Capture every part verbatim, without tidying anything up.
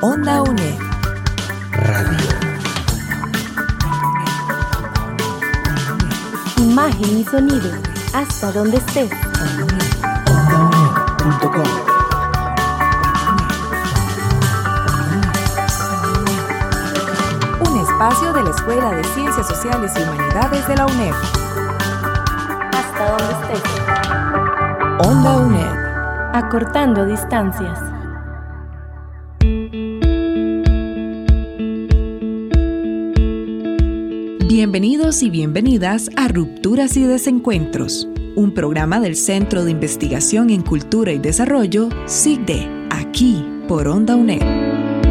Onda U N E D Radio. Imagen y sonido, hasta donde estés. onda u n e d punto com. Un espacio de la Escuela de Ciencias Sociales y Humanidades de la U N E D. Hasta donde estés. Onda U N E D. Acortando distancias. Bienvenidos y bienvenidas a Rupturas y Desencuentros, un programa del Centro de Investigación en Cultura y Desarrollo, C I C D E, aquí por Onda U N E D.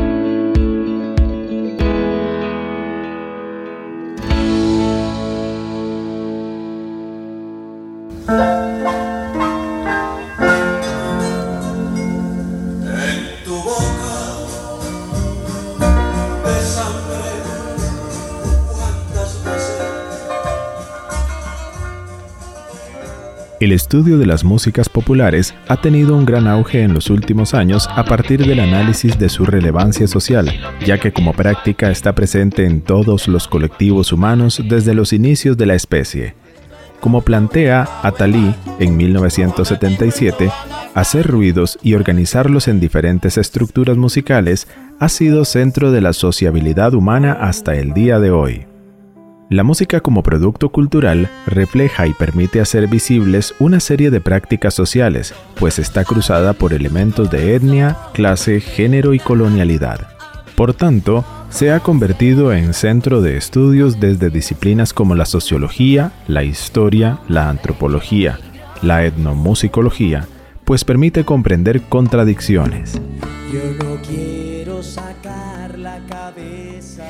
El estudio de las músicas populares ha tenido un gran auge en los últimos años a partir del análisis de su relevancia social, ya que como práctica está presente en todos los colectivos humanos desde los inicios de la especie. Como plantea Attali en mil novecientos setenta y siete, hacer ruidos y organizarlos en diferentes estructuras musicales ha sido centro de la sociabilidad humana hasta el día de hoy. La música como producto cultural refleja y permite hacer visibles una serie de prácticas sociales, pues está cruzada por elementos de etnia, clase, género y colonialidad. Por tanto, se ha convertido en centro de estudios desde disciplinas como la sociología, la historia, la antropología, la etnomusicología, pues permite comprender contradicciones. Yo no quiero sacar la cabeza.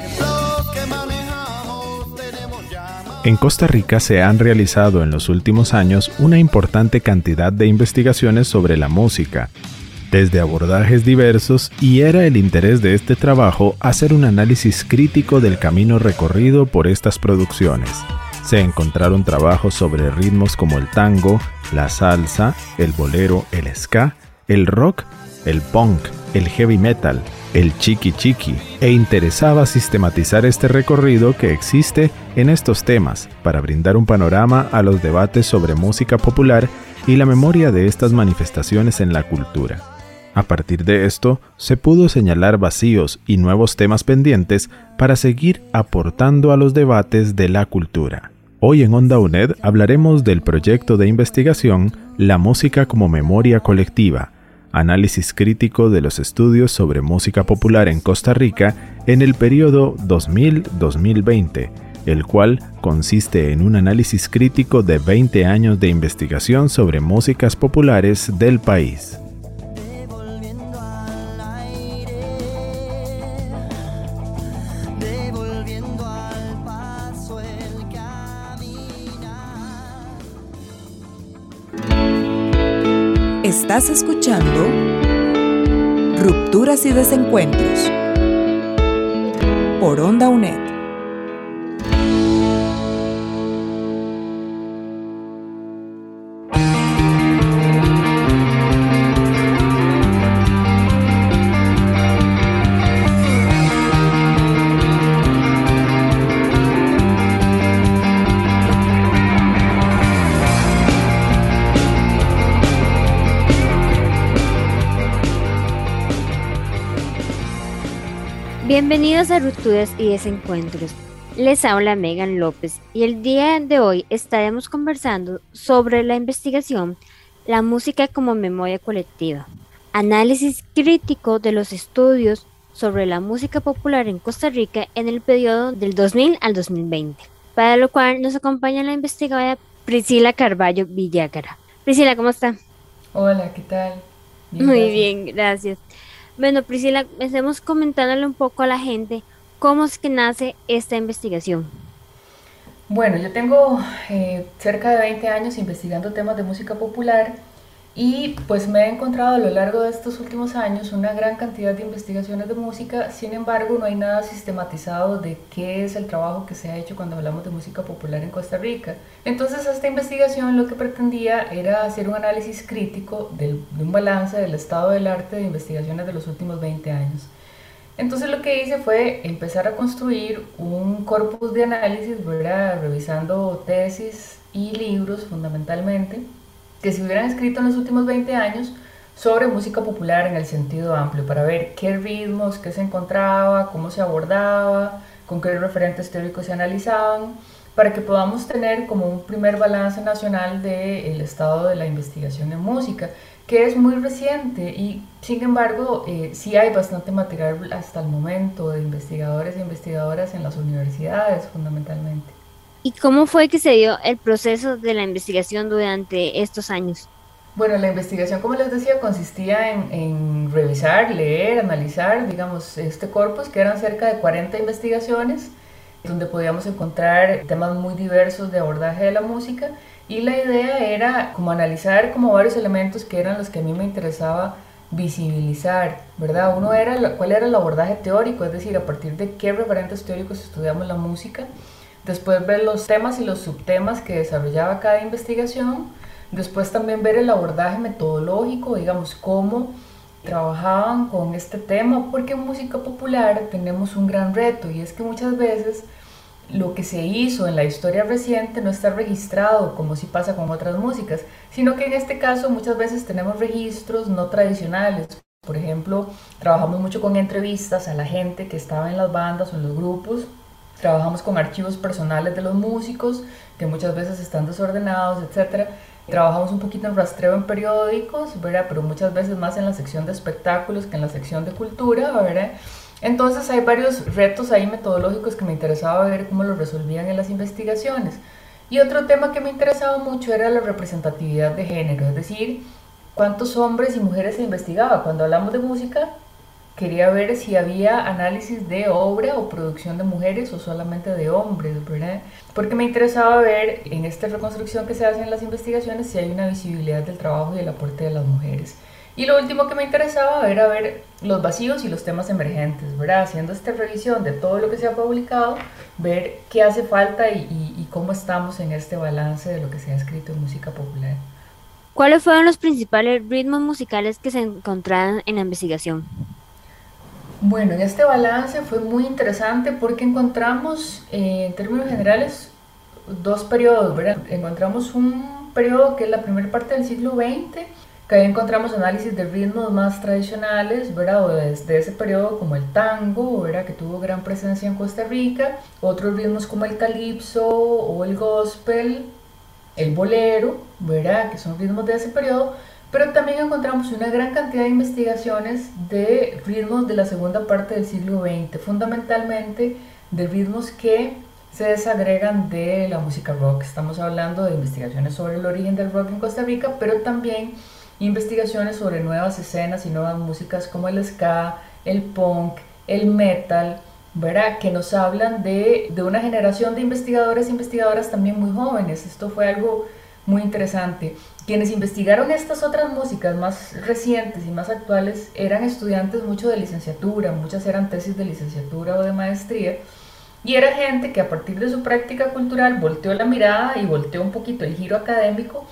En Costa Rica se han realizado en los últimos años una importante cantidad de investigaciones sobre la música, desde abordajes diversos, y era el interés de este trabajo hacer un análisis crítico del camino recorrido por estas producciones. Se encontraron trabajos sobre ritmos como el tango, la salsa, el bolero, el ska, el rock, el punk, el heavy metal, el chiqui chiqui, e interesaba sistematizar este recorrido que existe en estos temas para brindar un panorama a los debates sobre música popular y la memoria de estas manifestaciones en la cultura. A partir de esto, se pudo señalar vacíos y nuevos temas pendientes para seguir aportando a los debates de la cultura. Hoy en Onda U N E D hablaremos del proyecto de investigación La música como memoria colectiva, análisis crítico de los estudios sobre música popular en Costa Rica en el periodo dos mil a dos mil veinte, el cual consiste en un análisis crítico de veinte años de investigación sobre músicas populares del país. Estás escuchando Rupturas y Desencuentros por Onda U N E D. Bienvenidos a Rupturas y Desencuentros. Les habla Megan López y el día de hoy estaremos conversando sobre la investigación La música como memoria colectiva, análisis crítico de los estudios sobre la música popular en Costa Rica en el periodo del dos mil al dos mil veinte, para lo cual nos acompaña la investigadora Priscila Carballo Villagra. Priscila, ¿cómo está? Hola, ¿qué tal? Bien, Muy gracias. bien, gracias. Bueno, Priscila, estemos comentándole un poco a la gente cómo es que nace esta investigación. Bueno, yo tengo eh, cerca de veinte años investigando temas de música popular y pues me he encontrado a lo largo de estos últimos años una gran cantidad de investigaciones de música. Sin embargo, no hay nada sistematizado de qué es el trabajo que se ha hecho cuando hablamos de música popular en Costa Rica. Entonces, esta investigación lo que pretendía era hacer un análisis crítico del, de un balance del estado del arte de investigaciones de los últimos veinte años. Entonces lo que hice fue empezar a construir un corpus de análisis, ¿verdad? Revisando tesis y libros fundamentalmente, que se hubieran escrito en los últimos veinte años sobre música popular en el sentido amplio, para ver qué ritmos, qué se encontraba, cómo se abordaba, con qué referentes teóricos se analizaban, para que podamos tener como un primer balance nacional del estado de la investigación en música, que es muy reciente y sin embargo eh, sí hay bastante material hasta el momento de investigadores e investigadoras en las universidades fundamentalmente. ¿Y cómo fue que se dio el proceso de la investigación durante estos años? Bueno, la investigación, como les decía, consistía en, en revisar, leer, analizar, digamos, este corpus, que eran cerca de cuarenta investigaciones, donde podíamos encontrar temas muy diversos de abordaje de la música, y la idea era como analizar como varios elementos que eran los que a mí me interesaba visibilizar, ¿verdad? Uno era la, cuál era el abordaje teórico, es decir, a partir de qué referentes teóricos estudiamos la música, después ver los temas y los subtemas que desarrollaba cada investigación, después también ver el abordaje metodológico, digamos, cómo trabajaban con este tema, porque en música popular tenemos un gran reto y es que muchas veces lo que se hizo en la historia reciente no está registrado como si pasa con otras músicas, sino que en este caso muchas veces tenemos registros no tradicionales. Por ejemplo, trabajamos mucho con entrevistas a la gente que estaba en las bandas o en los grupos, trabajamos con archivos personales de los músicos que muchas veces están desordenados, etcétera. Trabajamos un poquito en rastreo en periódicos, ¿verdad? Pero muchas veces más en la sección de espectáculos que en la sección de cultura, ¿verdad? Entonces hay varios retos ahí metodológicos que me interesaba ver cómo los resolvían en las investigaciones. Y otro tema que me interesaba mucho era la representatividad de género, es decir, cuántos hombres y mujeres se investigaba. Cuando hablamos de música, quería ver si había análisis de obra o producción de mujeres o solamente de hombres, ¿verdad? Porque me interesaba ver en esta reconstrucción que se hace en las investigaciones si hay una visibilidad del trabajo y el aporte de las mujeres. Y lo último que me interesaba era ver los vacíos y los temas emergentes, ¿verdad? Haciendo esta revisión de todo lo que se ha publicado, ver qué hace falta y, y, y cómo estamos en este balance de lo que se ha escrito en música popular. ¿Cuáles fueron los principales ritmos musicales que se encontraron en la investigación? Bueno, en este balance fue muy interesante porque encontramos, eh, en términos generales, dos periodos, ¿verdad? Encontramos un periodo que es la primera parte del siglo veinte, que ahí encontramos análisis de ritmos más tradicionales, ¿verdad? O desde ese periodo como el tango, ¿verdad? Que tuvo gran presencia en Costa Rica, otros ritmos como el calipso o el gospel, el bolero, ¿verdad? Que son ritmos de ese periodo. Pero también encontramos una gran cantidad de investigaciones de ritmos de la segunda parte del siglo veinte, fundamentalmente de ritmos que se desagregan de la música rock. Estamos hablando de investigaciones sobre el origen del rock en Costa Rica, pero también investigaciones sobre nuevas escenas y nuevas músicas como el ska, el punk, el metal, ¿verdad? Que nos hablan de, de una generación de investigadores e investigadoras también muy jóvenes. Esto fue algo muy interesante. Quienes investigaron estas otras músicas más recientes y más actuales eran estudiantes mucho de licenciatura, muchas eran tesis de licenciatura o de maestría, y era gente que a partir de su práctica cultural volteó la mirada y volteó un poquito el giro académico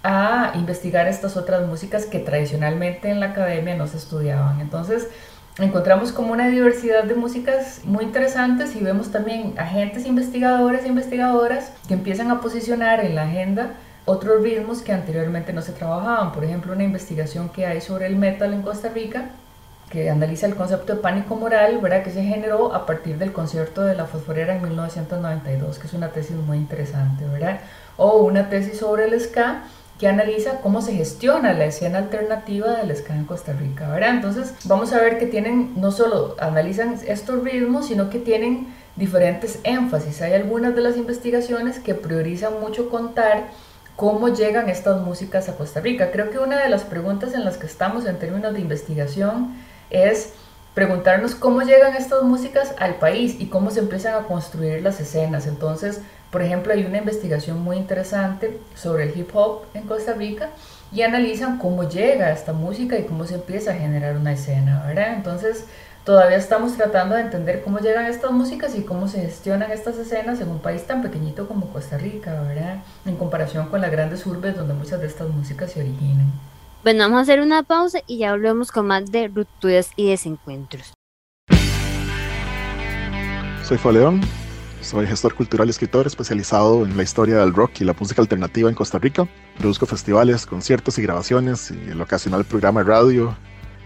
a investigar estas otras músicas que tradicionalmente en la academia no se estudiaban. Entonces encontramos como una diversidad de músicas muy interesantes y vemos también agentes investigadores e investigadoras que empiezan a posicionar en la agenda otros ritmos que anteriormente no se trabajaban. Por ejemplo, una investigación que hay sobre el metal en Costa Rica, que analiza el concepto de pánico moral, ¿verdad? Que se generó a partir del concierto de la Fosforera en mil novecientos noventa y dos, que es una tesis muy interesante, ¿verdad? O una tesis sobre el ska, que analiza cómo se gestiona la escena alternativa del ska en Costa Rica, ¿verdad? Entonces vamos a ver que tienen, no solo analizan estos ritmos, sino que tienen diferentes énfasis. Hay algunas de las investigaciones que priorizan mucho contar cómo llegan estas músicas a Costa Rica. Creo que una de las preguntas en las que estamos en términos de investigación es preguntarnos cómo llegan estas músicas al país y cómo se empiezan a construir las escenas. Entonces, por ejemplo, hay una investigación muy interesante sobre el hip hop en Costa Rica y analizan cómo llega esta música y cómo se empieza a generar una escena, ¿verdad? Entonces, todavía estamos tratando de entender cómo llegan estas músicas y cómo se gestionan estas escenas en un país tan pequeñito como Costa Rica, ¿verdad? En comparación con las grandes urbes donde muchas de estas músicas se originan. Bueno, vamos a hacer una pausa y ya volvemos con más de rupturas y desencuentros. Soy Foleón, soy gestor cultural y escritor especializado en la historia del rock y la música alternativa en Costa Rica. Produzco festivales, conciertos y grabaciones y el ocasional programa de radio.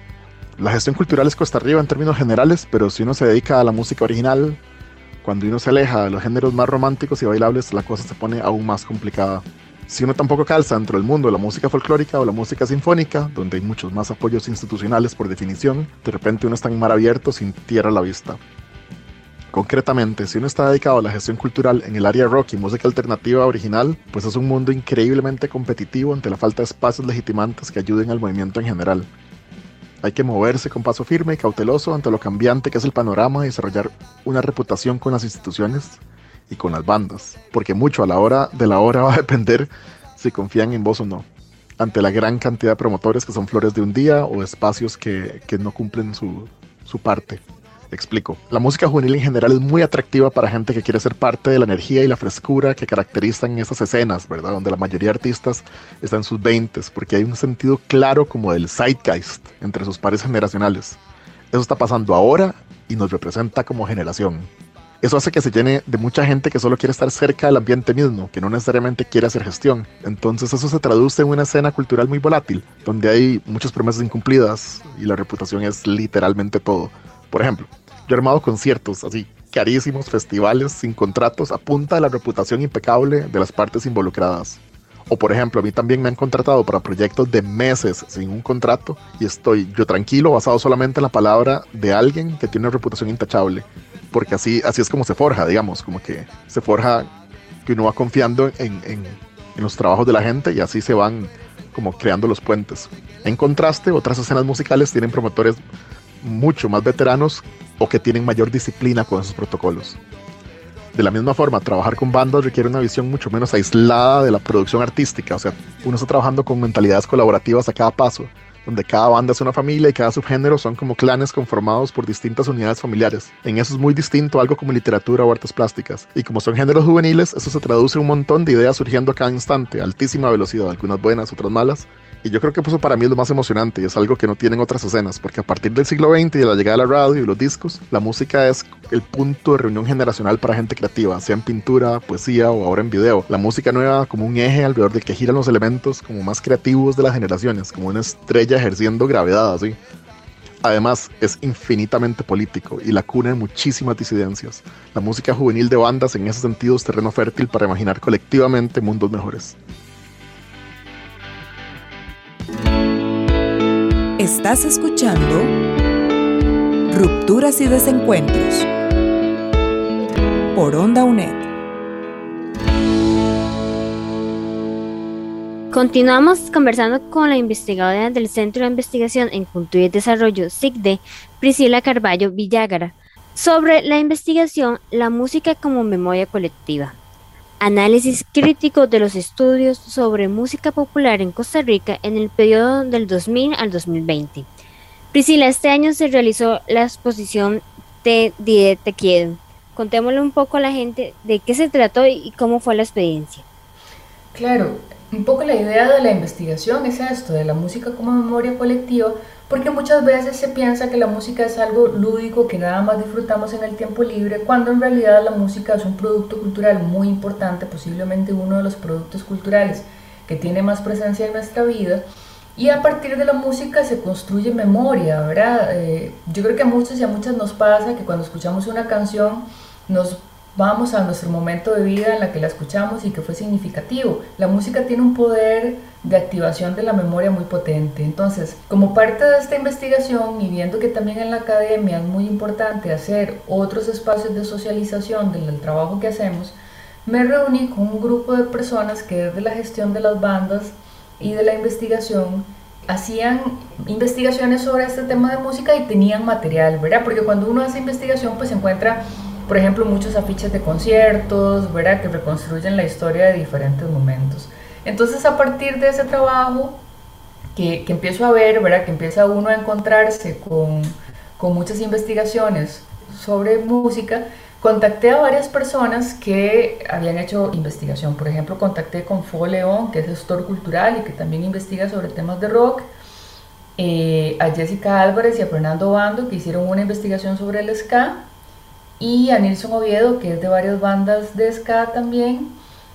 La gestión cultural es cuesta arriba en términos generales, pero si uno se dedica a la música original, cuando uno se aleja de los géneros más románticos y bailables, la cosa se pone aún más complicada. Si uno tampoco calza dentro del mundo de la música folclórica o la música sinfónica, donde hay muchos más apoyos institucionales por definición, de repente uno está en mar abierto sin tierra a la vista. Concretamente, si uno está dedicado a la gestión cultural en el área rock y música alternativa original, pues es un mundo increíblemente competitivo ante la falta de espacios legitimantes que ayuden al movimiento en general. Hay que moverse con paso firme y cauteloso ante lo cambiante que es el panorama y desarrollar una reputación con las instituciones y con las bandas, porque mucho a la hora de la hora va a depender si confían en vos o no, ante la gran cantidad de promotores que son flores de un día o espacios que, que no cumplen su, su parte. Explico. La música juvenil en general es muy atractiva para gente que quiere ser parte de la energía y la frescura que caracterizan esas escenas, ¿verdad? Donde la mayoría de artistas están en sus veintes, porque hay un sentido claro como del zeitgeist entre sus pares generacionales. Eso está pasando ahora y nos representa como generación. Eso hace que se llene de mucha gente que solo quiere estar cerca del ambiente mismo, que no necesariamente quiere hacer gestión. Entonces eso se traduce en una escena cultural muy volátil, donde hay muchas promesas incumplidas y la reputación es literalmente todo. Por ejemplo, yo he armado conciertos así, carísimos, festivales sin contratos a punta de la reputación impecable de las partes involucradas. O por ejemplo, a mí también me han contratado para proyectos de meses sin un contrato y estoy yo tranquilo basado solamente en la palabra de alguien que tiene una reputación intachable. Porque así, así es como se forja, digamos, como que se forja que uno va confiando en, en, en los trabajos de la gente y así se van como creando los puentes. En contraste, otras escenas musicales tienen promotores mucho más veteranos o que tienen mayor disciplina con esos protocolos. De la misma forma, trabajar con bandas requiere una visión mucho menos aislada de la producción artística, o sea, uno está trabajando con mentalidades colaborativas a cada paso, donde cada banda es una familia y cada subgénero son como clanes conformados por distintas unidades familiares. En eso es muy distinto a algo como literatura o artes plásticas. Y como son géneros juveniles, eso se traduce en un montón de ideas surgiendo a cada instante, a altísima velocidad, algunas buenas, otras malas. Y yo creo que eso para mí es lo más emocionante y es algo que no tienen otras escenas, porque a partir del siglo veinte y de la llegada de la radio y los discos, la música es el punto de reunión generacional para gente creativa, sea en pintura, poesía o ahora en video. La música nueva como un eje alrededor del que giran los elementos como más creativos de las generaciones, como una estrella ejerciendo gravedad, así. Además, es infinitamente político y la cuna de muchísimas disidencias. La música juvenil de bandas en ese sentido es terreno fértil para imaginar colectivamente mundos mejores. Estás escuchando Rupturas y Desencuentros por Onda U N E D. Continuamos conversando con la investigadora del Centro de Investigación en Cultura y Desarrollo, S I C D E, Priscila Carballo Villagra, sobre la investigación La música como memoria colectiva. Análisis crítico de los estudios sobre música popular en Costa Rica en el periodo del dos mil al dos mil veinte. Priscila, este año se realizó la exposición Te Diré Te Quiero. Contémosle un poco a la gente de qué se trató y cómo fue la experiencia. Claro, un poco la idea de la investigación es esto, de la música como memoria colectiva, porque muchas veces se piensa que la música es algo lúdico que nada más disfrutamos en el tiempo libre, cuando en realidad la música es un producto cultural muy importante, posiblemente uno de los productos culturales que tiene más presencia en nuestra vida, y a partir de la música se construye memoria, ¿verdad? Eh, yo creo que a muchos y a muchas nos pasa que cuando escuchamos una canción nos vamos a nuestro momento de vida en la que la escuchamos y que fue significativo. La música tiene un poder de activación de la memoria muy potente. Entonces, como parte de esta investigación y viendo que también en la academia es muy importante hacer otros espacios de socialización del trabajo que hacemos, me reuní con un grupo de personas que desde la gestión de las bandas y de la investigación hacían investigaciones sobre este tema de música y tenían material, ¿verdad? Porque cuando uno hace investigación pues se encuentra, por ejemplo, muchos afiches de conciertos, ¿verdad?, que reconstruyen la historia de diferentes momentos. Entonces, a partir de ese trabajo que, que empiezo a ver, ¿verdad?, que empieza uno a encontrarse con, con muchas investigaciones sobre música, contacté a varias personas que habían hecho investigación. Por ejemplo, contacté con Fo León, que es gestor cultural y que también investiga sobre temas de rock, eh, a Jessica Álvarez y a Fernando Bando, que hicieron una investigación sobre el ska, y a Nilson Oviedo, que es de varias bandas de ska también,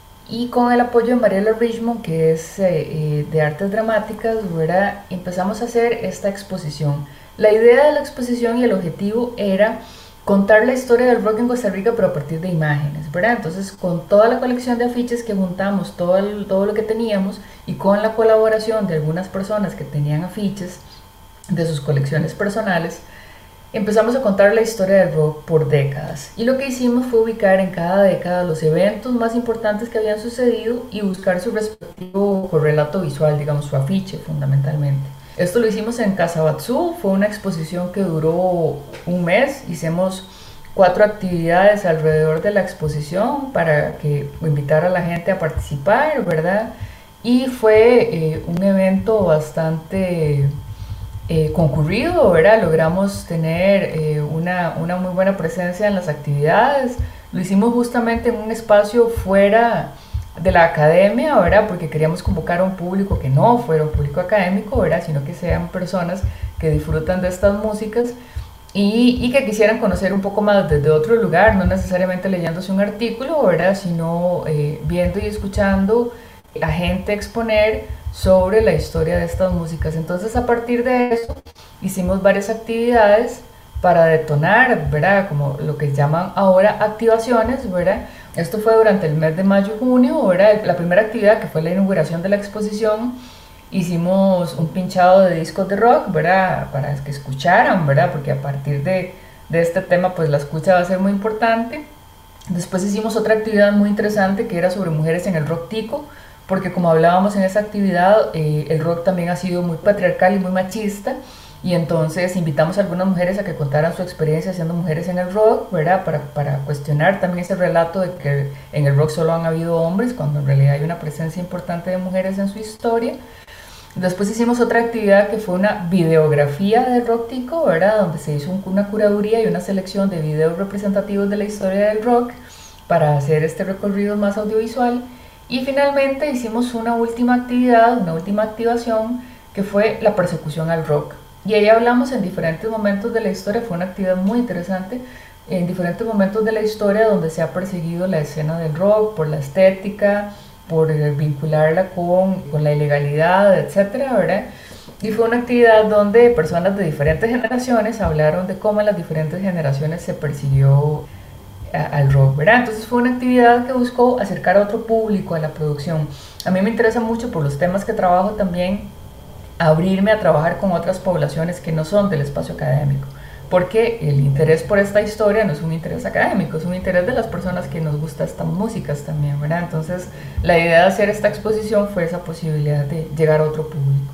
y con el apoyo de Mariela Richmond, que es eh, eh, de artes dramáticas, ¿verdad? Empezamos a hacer esta exposición. La idea de la exposición y el objetivo era contar la historia del rock en Costa Rica, pero a partir de imágenes, ¿verdad? Entonces, con toda la colección de afiches que juntamos, todo, el, todo lo que teníamos, y con la colaboración de algunas personas que tenían afiches de sus colecciones personales, empezamos a contar la historia del rock por décadas. Y lo que hicimos fue ubicar en cada década los eventos más importantes que habían sucedido y buscar su respectivo correlato visual, digamos, su afiche fundamentalmente. Esto lo hicimos en Casa Batsu, fue una exposición que duró un mes, hicimos cuatro actividades alrededor de la exposición para que invitar a la gente a participar, ¿verdad? Y fue eh, un evento bastante eh, concurrido, ¿verdad? Logramos tener eh, una, una muy buena presencia en las actividades. Lo hicimos justamente en un espacio fuera de la academia, ¿verdad? Porque queríamos convocar a un público que no fuera un público académico, ¿verdad? Sino que sean personas que disfrutan de estas músicas y, y que quisieran conocer un poco más desde otro lugar, no necesariamente leyéndose un artículo, ¿verdad? Sino eh, viendo y escuchando a gente exponer sobre la historia de estas músicas. Entonces, a partir de eso, hicimos varias actividades para detonar, ¿verdad? Como lo que llaman ahora activaciones, ¿verdad? Esto fue durante el mes de mayo-junio, ¿verdad? La primera actividad, que fue la inauguración de la exposición, hicimos un pinchado de discos de rock, ¿verdad? Para que escucharan, ¿verdad? Porque a partir de, de este tema, pues la escucha va a ser muy importante. Después hicimos otra actividad muy interesante que era sobre mujeres en el rock tico, porque como hablábamos en esa actividad, eh, el rock también ha sido muy patriarcal y muy machista, y entonces invitamos a algunas mujeres a que contaran su experiencia siendo mujeres en el rock, ¿verdad? Para, para cuestionar también ese relato de que en el rock solo han habido hombres, cuando en realidad hay una presencia importante de mujeres en su historia. Después hicimos otra actividad que fue una videografía del rock tico, ¿verdad? Donde se hizo un, una curaduría y una selección de videos representativos de la historia del rock para hacer este recorrido más audiovisual. Y finalmente hicimos una última actividad, una última activación, que fue la persecución al rock. Y ahí hablamos en diferentes momentos de la historia, fue una actividad muy interesante, en diferentes momentos de la historia donde se ha perseguido la escena del rock por la estética, por vincularla con, con la ilegalidad, etcétera, ¿verdad? Y fue una actividad donde personas de diferentes generaciones hablaron de cómo en las diferentes generaciones se persiguió a, al rock, ¿verdad? Entonces fue una actividad que buscó acercar a otro público a la producción. A mí me interesa mucho por los temas que trabajo también abrirme a trabajar con otras poblaciones que no son del espacio académico, porque el interés por esta historia no es un interés académico, es un interés de las personas que nos gustan estas músicas también, ¿verdad? Entonces la idea de hacer esta exposición fue esa posibilidad de llegar a otro público.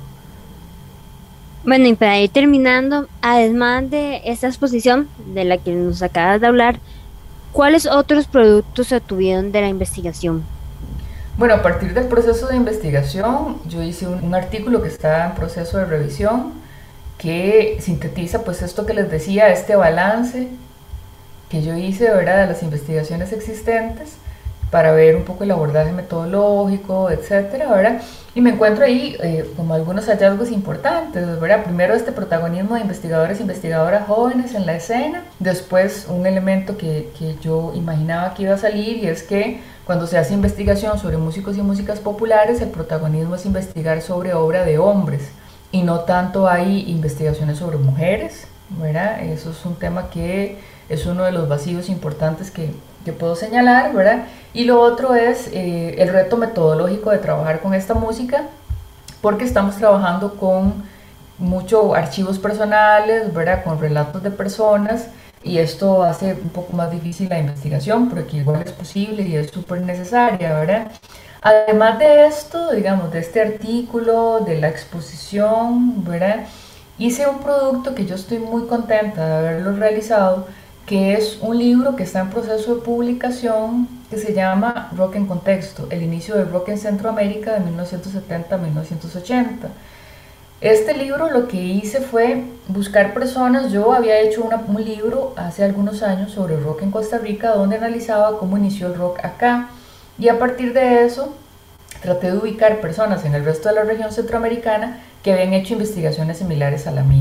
Bueno, y para ir terminando, además de esta exposición de la que nos acabas de hablar, ¿cuáles otros productos se obtuvieron de la investigación? Bueno, a partir del proceso de investigación, yo hice un, un artículo que está en proceso de revisión que sintetiza pues esto que les decía, este balance que yo hice, ¿verdad?, de las investigaciones existentes para ver un poco el abordaje metodológico, etcétera, ¿verdad? Y me encuentro ahí eh, como algunos hallazgos importantes, ¿verdad? Primero, este protagonismo de investigadores e investigadoras jóvenes en la escena. Después, un elemento que, que yo imaginaba que iba a salir, y es que cuando se hace investigación sobre músicos y músicas populares, el protagonismo es investigar sobre obra de hombres y no tanto hay investigaciones sobre mujeres, ¿verdad? Eso es un tema que es uno de los vacíos importantes que, que puedo señalar, ¿verdad? Y lo otro es eh, el reto metodológico de trabajar con esta música, porque estamos trabajando con muchos archivos personales, ¿verdad? Con relatos de personas, y esto hace un poco más difícil la investigación, pero que igual es posible y es súper necesaria, ¿verdad? Además de esto, digamos, de este artículo, de la exposición, ¿verdad?, hice un producto que yo estoy muy contenta de haberlo realizado, que es un libro que está en proceso de publicación, que se llama Rock en Contexto, el inicio del rock en Centroamérica de mil novecientos setenta a mil novecientos ochenta. Este libro lo que hice fue buscar personas. Yo había hecho una, un libro hace algunos años sobre el rock en Costa Rica, donde analizaba cómo inició el rock acá, y a partir de eso traté de ubicar personas en el resto de la región centroamericana que habían hecho investigaciones similares a la mía.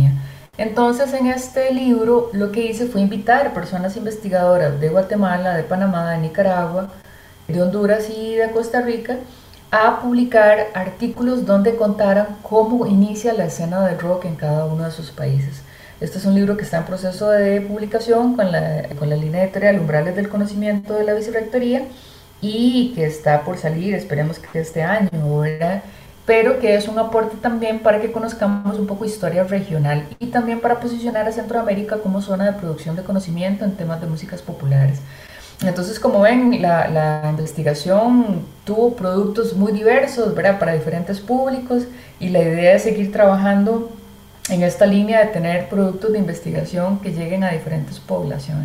Entonces, en este libro lo que hice fue invitar personas investigadoras de Guatemala, de Panamá, de Nicaragua, de Honduras y de Costa Rica a publicar artículos donde contaran cómo inicia la escena del rock en cada uno de sus países. Este es un libro que está en proceso de publicación con la, con la línea editorial Umbrales del Conocimiento de la Vicerrectoría y que está por salir, esperemos que este año, ¿verdad? Pero que es un aporte también para que conozcamos un poco historia regional y también para posicionar a Centroamérica como zona de producción de conocimiento en temas de músicas populares. Entonces, como ven, la, la investigación tuvo productos muy diversos, ¿verdad?, para diferentes públicos, y la idea es seguir trabajando en esta línea de tener productos de investigación que lleguen a diferentes poblaciones.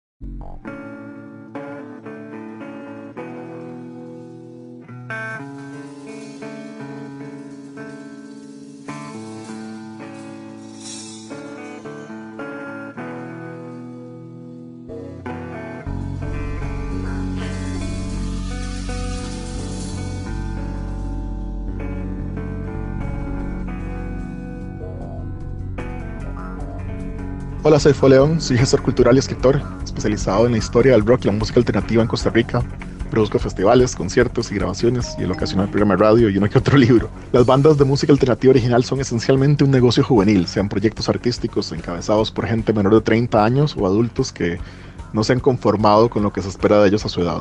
Hola, soy Fo León, soy gestor cultural y escritor, especializado en la historia del rock y la música alternativa en Costa Rica. Produzco festivales, conciertos y grabaciones, y en lo ocasional programa de radio y uno que otro libro. Las bandas de música alternativa original son esencialmente un negocio juvenil, sean proyectos artísticos encabezados por gente menor de treinta años o adultos que no se han conformado con lo que se espera de ellos a su edad.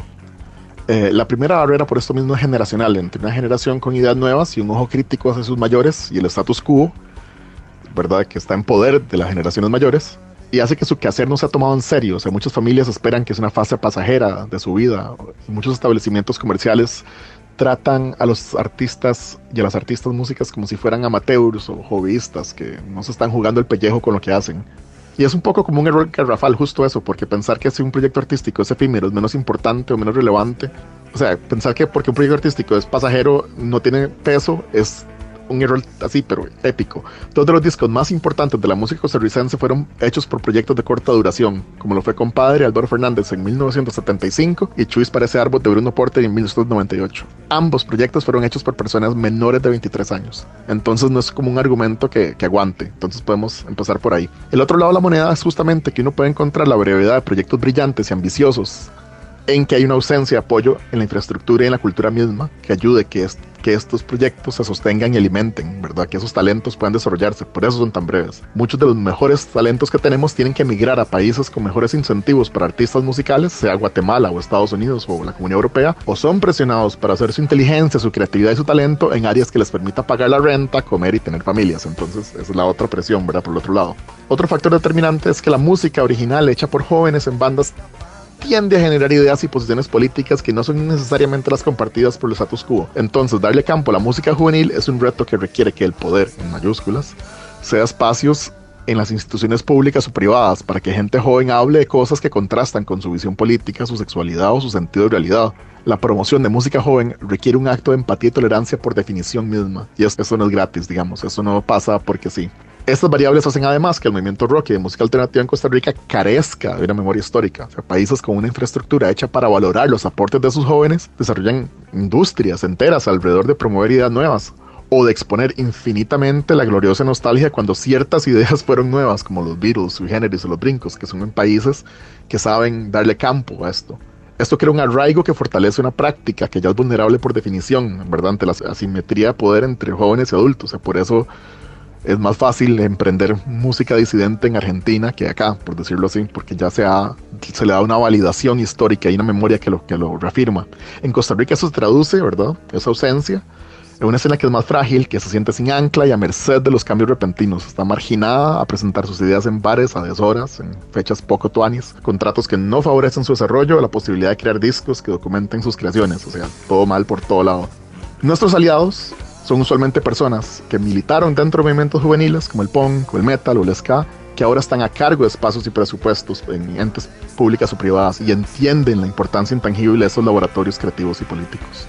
Eh, la primera barrera por esto mismo es generacional, entre una generación con ideas nuevas y un ojo crítico hacia sus mayores y el status quo, ¿verdad?, que está en poder de las generaciones mayores, y hace que su quehacer no sea tomado en serio. O sea, muchas familias esperan que es una fase pasajera de su vida. Muchos establecimientos comerciales tratan a los artistas y a las artistas músicas como si fueran amateurs o hobbyistas que no se están jugando el pellejo con lo que hacen. Y es un poco como un error garrafal justo eso, porque pensar que si un proyecto artístico es efímero, es menos importante o menos relevante, o sea, pensar que porque un proyecto artístico es pasajero no tiene peso, es un error así, pero épico. Dos de los discos más importantes de la música costarricense fueron hechos por proyectos de corta duración, como lo fue Compadre, Álvaro Fernández en mil novecientos setenta y cinco y Chuis para ese árbol de Bruno Porter en mil novecientos noventa y ocho. Ambos proyectos fueron hechos por personas menores de veintitrés años. Entonces no es como un argumento que, que aguante. Entonces podemos empezar por ahí. El otro lado de la moneda es justamente que uno puede encontrar la brevedad de proyectos brillantes y ambiciosos en que hay una ausencia de apoyo en la infraestructura y en la cultura misma que ayude que, est que estos proyectos se sostengan y alimenten, ¿verdad? Que esos talentos puedan desarrollarse, por eso son tan breves. Muchos de los mejores talentos que tenemos tienen que emigrar a países con mejores incentivos para artistas musicales, sea Guatemala o Estados Unidos o la Comunidad Europea, o son presionados para hacer su inteligencia, su creatividad y su talento en áreas que les permita pagar la renta, comer y tener familias. Entonces esa es la otra presión, ¿verdad? Por el otro lado. Otro factor determinante es que la música original hecha por jóvenes en bandas tiende a generar ideas y posiciones políticas que no son necesariamente las compartidas por el status quo. Entonces, darle campo a la música juvenil es un reto que requiere que el poder, en mayúsculas, sea espacios en las instituciones públicas o privadas para que gente joven hable de cosas que contrastan con su visión política, su sexualidad o su sentido de realidad. La promoción de música joven requiere un acto de empatía y tolerancia por definición misma, y eso no es gratis, digamos, eso no pasa porque sí. Estas variables hacen además que el movimiento rock y de música alternativa en Costa Rica carezca de una memoria histórica. O sea, países con una infraestructura hecha para valorar los aportes de sus jóvenes desarrollan industrias enteras alrededor de promover ideas nuevas o de exponer infinitamente la gloriosa nostalgia cuando ciertas ideas fueron nuevas, como los Beatles, Sui Generis o los Brincos, que son en países que saben darle campo a esto. Esto crea un arraigo que fortalece una práctica que ya es vulnerable por definición, ¿verdad?, ante la asimetría de poder entre jóvenes y adultos. O sea, por eso es más fácil emprender música disidente en Argentina que acá, por decirlo así, porque ya se, ha, se le da una validación histórica y una memoria que lo, que lo reafirma. En Costa Rica eso se traduce, ¿verdad?, esa ausencia, en una escena que es más frágil, que se siente sin ancla y a merced de los cambios repentinos. Está marginada a presentar sus ideas en bares a deshoras, en fechas poco tuanis, contratos que no favorecen su desarrollo, la posibilidad de crear discos que documenten sus creaciones, o sea, todo mal por todo lado. Nuestros aliados son usualmente personas que militaron dentro de movimientos juveniles como el punk, o el metal o el ska, que ahora están a cargo de espacios y presupuestos en entes públicas o privadas y entienden la importancia intangible de esos laboratorios creativos y políticos.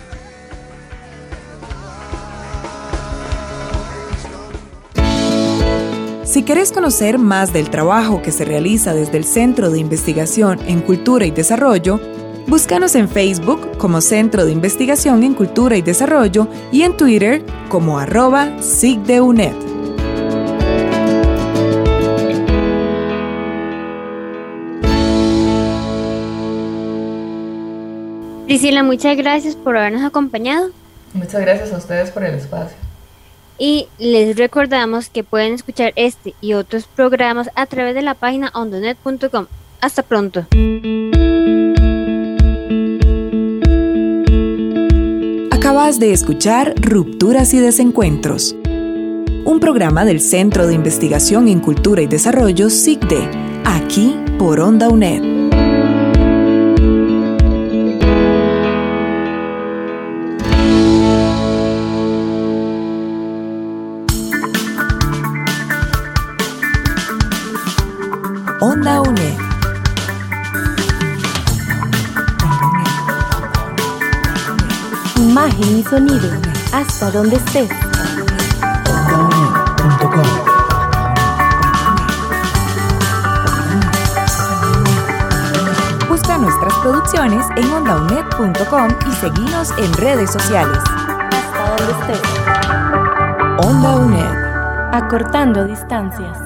Si querés conocer más del trabajo que se realiza desde el Centro de Investigación en Cultura y Desarrollo, búscanos en Facebook como Centro de Investigación en Cultura y Desarrollo y en Twitter como arroba sigdeunet. Priscila, muchas gracias por habernos acompañado. Muchas gracias a ustedes por el espacio. Y les recordamos que pueden escuchar este y otros programas a través de la página ondanet punto com. Hasta pronto. Acabas de escuchar Rupturas y Desencuentros, un programa del Centro de Investigación en Cultura y Desarrollo C I C D E, aquí por Onda U N E D. Onda U N E D. Imagen y sonido, hasta donde estés. onda u n e d punto com. Busca nuestras producciones en onda u n e d punto com y seguinos en redes sociales. Hasta donde estés. Onda U N E D. Acortando distancias.